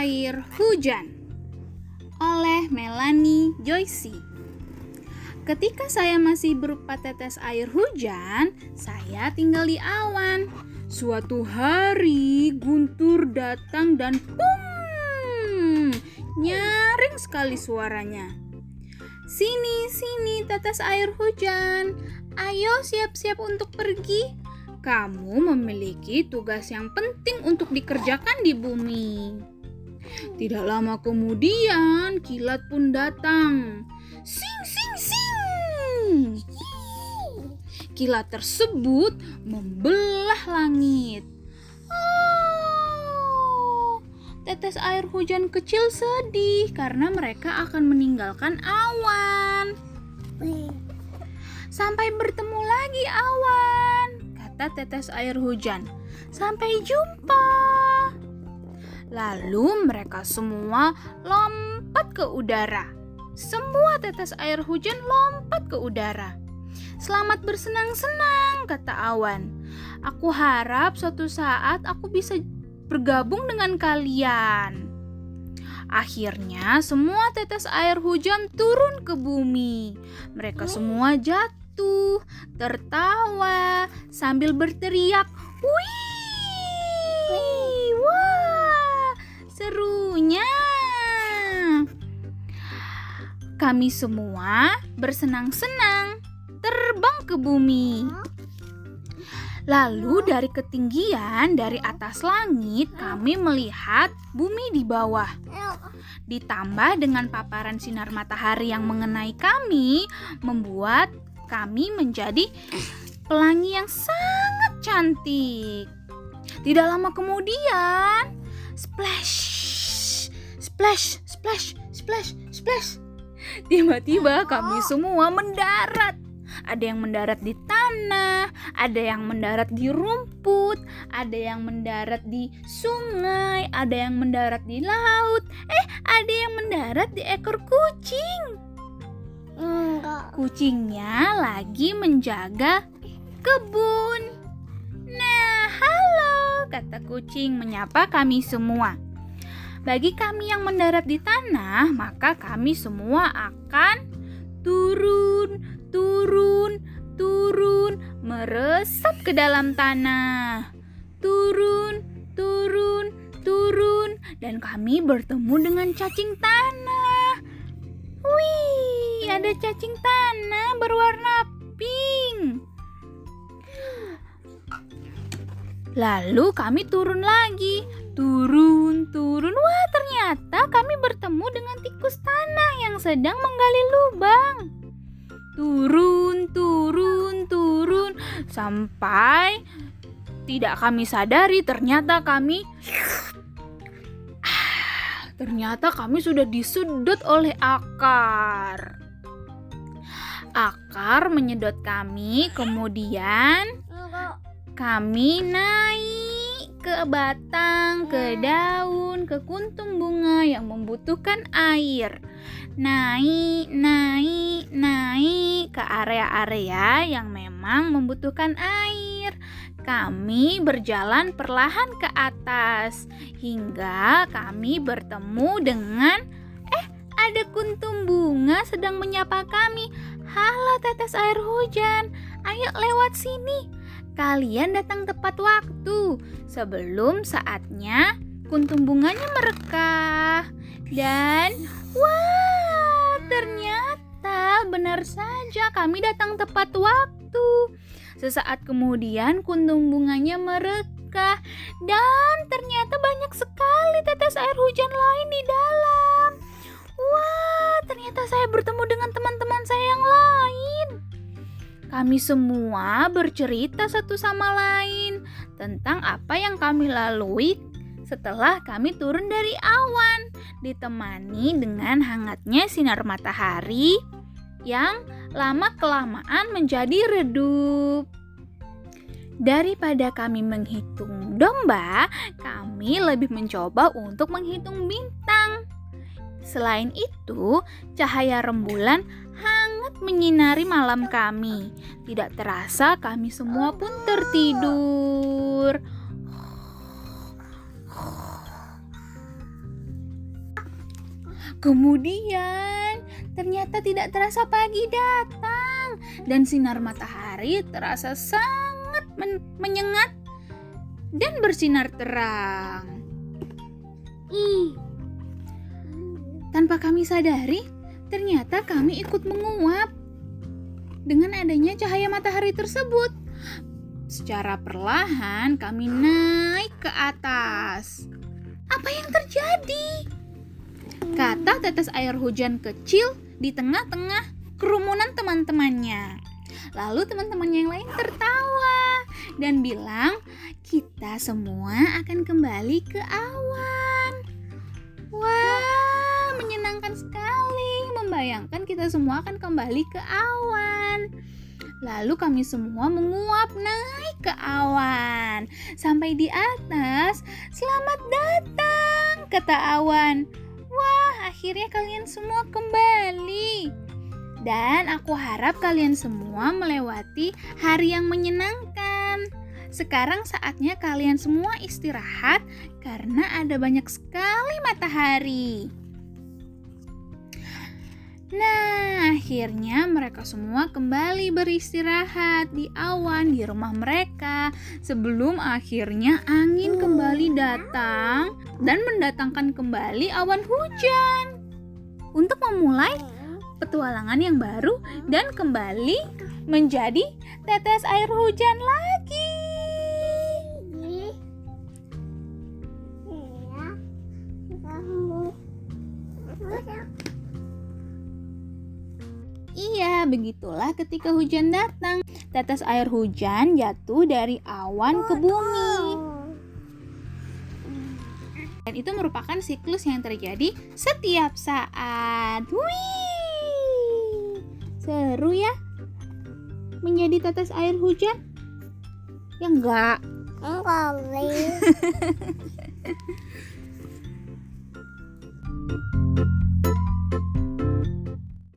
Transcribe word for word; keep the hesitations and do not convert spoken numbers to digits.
Air Hujan oleh Melanie Joyce. Ketika saya masih berupa tetes air hujan, saya tinggal di awan. Suatu hari guntur datang dan pum, nyaring sekali suaranya. Sini, sini tetes air hujan. Ayo siap-siap untuk pergi. Kamu memiliki tugas yang penting untuk dikerjakan di bumi. Tidak lama kemudian kilat pun datang. Sing, sing, sing. Kilat tersebut membelah langit. Oh, tetes air hujan kecil sedih karena mereka akan meninggalkan awan. Sampai bertemu lagi awan, kata tetes air hujan. Sampai jumpa. Lalu mereka semua lompat ke udara. Semua tetes air hujan lompat ke udara. Selamat bersenang-senang, kata awan. Aku harap suatu saat aku bisa bergabung dengan kalian. Akhirnya semua tetes air hujan turun ke bumi. Mereka semua jatuh, tertawa sambil berteriak, "Wih! Wah, serunya!" Kami semua bersenang-senang terbang ke bumi. Lalu dari ketinggian, dari atas langit, kami melihat bumi di bawah. Ditambah dengan paparan sinar matahari yang mengenai kami, membuat kami menjadi pelangi yang sangat cantik. Tidak lama kemudian, splash, splash, splash, splash, splash. Tiba-tiba kami semua mendarat. Ada yang mendarat di tanah, ada yang mendarat di rumput, ada yang mendarat di sungai, ada yang mendarat di laut. Eh, ada yang mendarat di ekor kucing. Enggak. Kucingnya lagi menjaga kebun. Nah, halo, kata kucing menyapa kami semua. Bagi kami yang mendarat di tanah, maka kami semua akan turun, turun, turun, meresap ke dalam tanah. Turun, turun, turun, dan kami bertemu dengan cacing tanah. Wih, ada cacing tanah berwarna pink. Lalu kami turun lagi, turun, turun. Wah, ternyata kami bertemu dengan tikus tanah yang sedang menggali lubang. Turun, turun, turun, sampai tidak kami sadari ternyata kami ternyata kami sudah disudut oleh akar. Akar menyedot kami, kemudian kami naik ke batang, ke daun, ke kuntum bunga yang membutuhkan air. Naik, naik, naik ke area-area yang memang membutuhkan air. Kami berjalan perlahan ke atas hingga kami bertemu dengan eh ada kuntum bunga sedang menyapa kami. Halo tetes air hujan, ayo lewat sini. Kalian datang tepat waktu. Sebelum saatnya kuntum bunganya merekah. Dan wah, ternyata benar saja kami datang tepat waktu. Sesaat kemudian kuntum bunganya merekah. Dan ternyata banyak sekali tetes air hujan lain di dalam. Wah, ternyata saya bertemu dengan teman-teman saya yang lain. Kami semua bercerita satu sama lain tentang apa yang kami lalui setelah kami turun dari awan, ditemani dengan hangatnya sinar matahari yang lama-kelamaan menjadi redup. Daripada kami menghitung domba, kami lebih mencoba untuk menghitung bintang. Selain itu, cahaya rembulan hangat menyinari malam kami. Tidak terasa kami semua pun tertidur. Kemudian ternyata tidak terasa pagi datang dan sinar matahari terasa sangat men- menyengat dan bersinar terang. Tanpa kami sadari, ternyata kami ikut menguap dengan adanya cahaya matahari tersebut. Secara perlahan kami naik ke atas. Apa yang terjadi? Kata tetes air hujan kecil di tengah-tengah kerumunan teman-temannya. Lalu teman-temannya yang lain tertawa dan bilang, kita semua akan kembali ke awan. Wah, menyenangkan sekali membayangkan kita semua akan kembali ke awan. Lalu kami semua menguap naik ke awan. Sampai di atas, selamat datang, kata awan. Wah, akhirnya kalian semua kembali. Dan aku harap kalian semua melewati hari yang menyenangkan. Sekarang saatnya kalian semua istirahat karena ada banyak sekali matahari. Nah, akhirnya mereka semua kembali beristirahat di awan di rumah mereka sebelum akhirnya angin kembali datang dan mendatangkan kembali awan hujan untuk memulai petualangan yang baru dan kembali menjadi tetes air hujan lagi. Iya, begitulah ketika hujan datang. Tetes air hujan jatuh dari awan ke bumi. Dan itu merupakan siklus yang terjadi setiap saat. Wih, seru ya menjadi tetes air hujan? Ya enggak? Enggak.